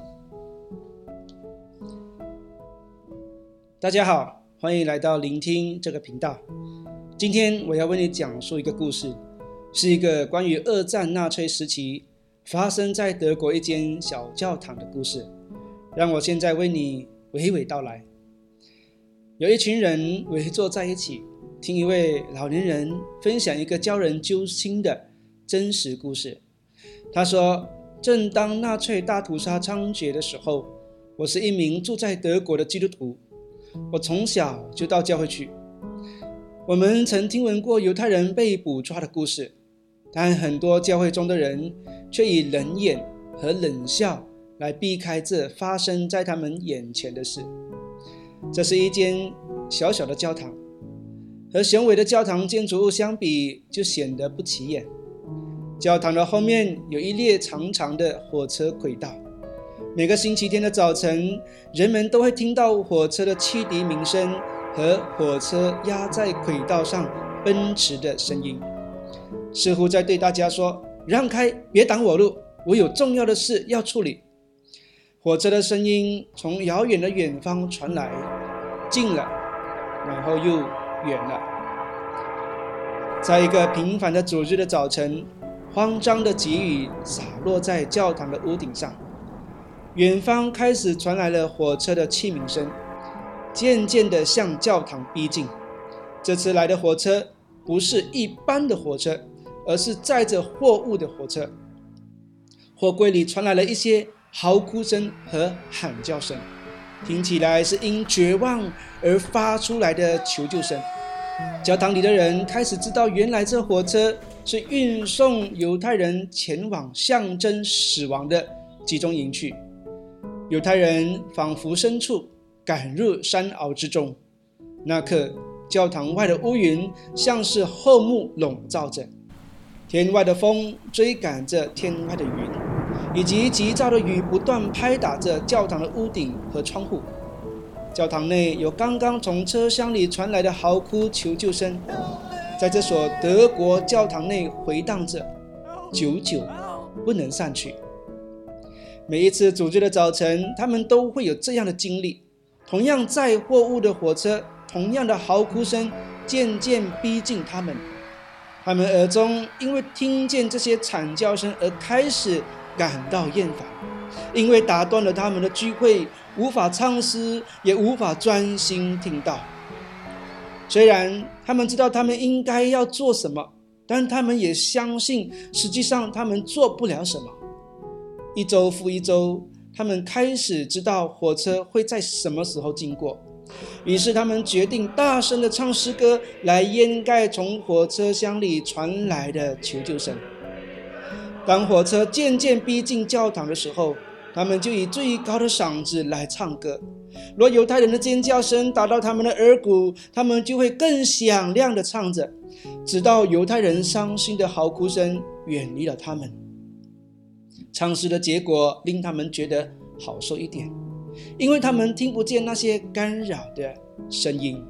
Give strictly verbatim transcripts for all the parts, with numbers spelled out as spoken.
大家好，欢迎来到聆听这个频道。今天我要为你讲述一个故事，是一个关于二战纳粹时期发生在德国一间小教堂的故事。让我现在为你娓娓道来。有一群人围坐在一起，听一位老年人分享一个教人揪心的真实故事。他说，正当纳粹大屠杀猖獗的时候，我是一名住在德国的基督徒。我从小就到教会去。我们曾听闻过犹太人被捕抓的故事，但很多教会中的人却以冷眼和冷笑来避开这发生在他们眼前的事。这是一间小小的教堂，和雄伟的教堂建筑物相比，就显得不起眼。教堂的后面有一列长长的火车轨道，每个星期天的早晨，人们都会听到火车的汽笛鸣声和火车压在轨道上奔驰的声音，似乎在对大家说：让开，别挡我路，我有重要的事要处理。火车的声音从遥远的远方传来，近了，然后又远了。在一个平凡的主日的早晨，慌张的急雨洒落在教堂的屋顶上，远方开始传来了火车的汽鸣声，渐渐地向教堂逼近。这次来的火车不是一般的火车，而是载着货物的火车。货柜里传来了一些嚎哭声和喊叫声，听起来是因绝望而发出来的求救声。教堂里的人开始知道，原来这火车是运送犹太人前往象征死亡的集中营去。犹太人仿佛牲畜赶入山坳之中，那刻教堂外的乌云像是厚幕笼罩着，天外的风追赶着天外的云，以及急躁的雨不断拍打着教堂的屋顶和窗户。教堂内有刚刚从车厢里传来的嚎哭求救声，在这所德国教堂内回荡着，久久不能散去。每一次主日的早晨，他们都会有这样的经历，同样载货物的火车，同样的嚎哭声渐渐逼近他们。他们耳中因为听见这些惨叫声而开始感到厌烦，因为打断了他们的聚会，无法唱诗，也无法专心听到。虽然他们知道他们应该要做什么，但他们也相信实际上他们做不了什么。一周复一周，他们开始知道火车会在什么时候经过，于是他们决定大声地唱诗歌来掩盖从火车厢里传来的求救声。当火车渐渐逼近教堂的时候，他们就以最高的嗓子来唱歌。若犹太人的尖叫声打到他们的耳骨，他们就会更响亮地唱着，直到犹太人伤心的嚎哭声远离了他们。唱诗的结果令他们觉得好受一点，因为他们听不见那些干扰的声音。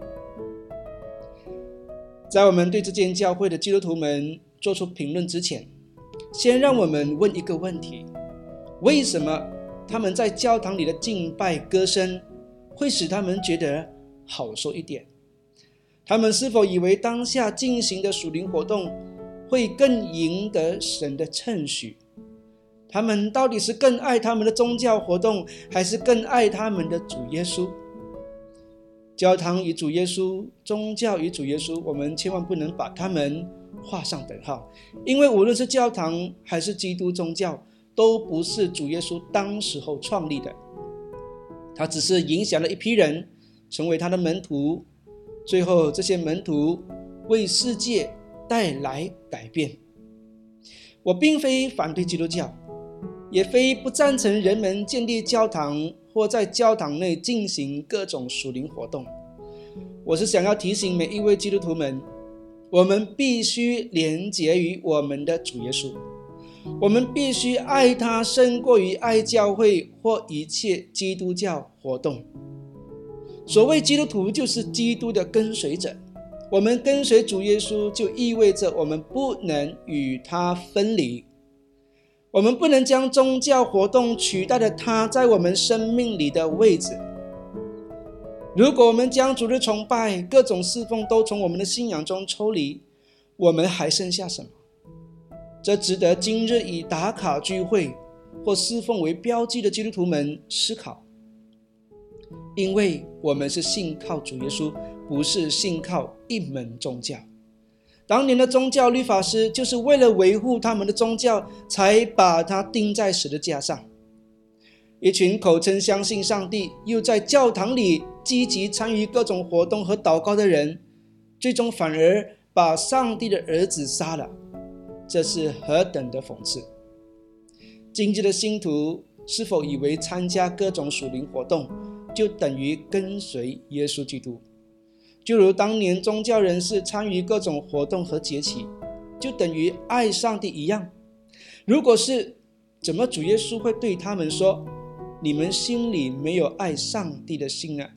在我们对这间教会的基督徒们做出评论之前，先让我们问一个问题：为什么他们在教堂里的敬拜歌声会使他们觉得好受一点？他们是否以为当下进行的属灵活动会更赢得神的称许？他们到底是更爱他们的宗教活动，还是更爱他们的主耶稣？教堂与主耶稣，宗教与主耶稣，我们千万不能把他们画上等号，因为无论是教堂还是基督宗教，都不是主耶稣当时候创立的，他只是影响了一批人成为他的门徒，最后这些门徒为世界带来改变。我并非反对基督教，也非不赞成人们建立教堂或在教堂内进行各种属灵活动。我是想要提醒每一位基督徒们，我们必须连结于我们的主耶稣，我们必须爱他胜过于爱教会或一切基督教活动。所谓基督徒，就是基督的跟随者。我们跟随主耶稣，就意味着我们不能与他分离。 我们不能将宗教活动取代了它在我们生命里的位置。如果我们将主日崇拜、各种侍奉都从我们的信仰中抽离，我们还剩下什么？这值得今日以打卡聚会或侍奉为标记的基督徒们思考。因为我们是信靠主耶稣，不是信靠一门宗教。当年的宗教律法师就是为了维护他们的宗教，才把他钉在十字架上。一群口称相信上帝，又在教堂里积极参与各种活动和祷告的人，最终反而把上帝的儿子杀了，这是何等的讽刺！今日的信徒是否以为参加各种属灵活动就等于跟随耶稣基督？就如当年宗教人士参与各种活动和节期，就等于爱上帝一样。如果是，怎么主耶稣会对他们说，你们心里没有爱上帝的心呢？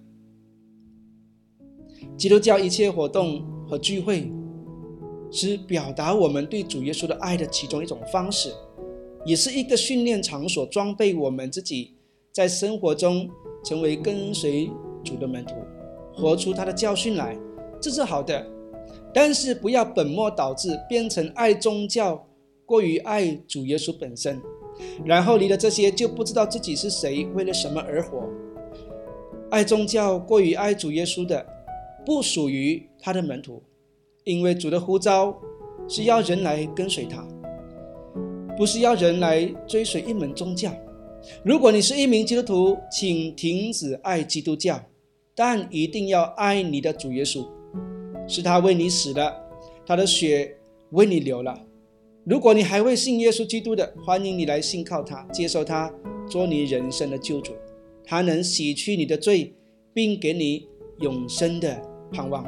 基督教一切活动和聚会是表达我们对主耶稣的爱的其中一种方式，也是一个训练场所，装备我们自己在生活中成为跟随主的门徒，活出他的教训来，这是好的。但是不要本末倒置，变成爱宗教过于爱主耶稣本身，然后离了这些就不知道自己是谁，为了什么而活。爱宗教过于爱主耶稣的，不属于他的门徒，因为主的呼召是要人来跟随他，不是要人来追随一门宗教。如果你是一名基督徒，请停止爱基督教，但一定要爱你的主耶稣，是他为你死了，他的血为你流了。如果你还未信耶稣基督的，欢迎你来信靠他，接受他做你人生的救主，他能洗去你的罪，并给你永生的盼望。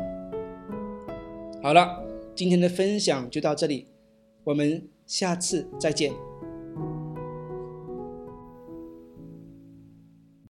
好了，今天的分享就到这里，我们下次再见。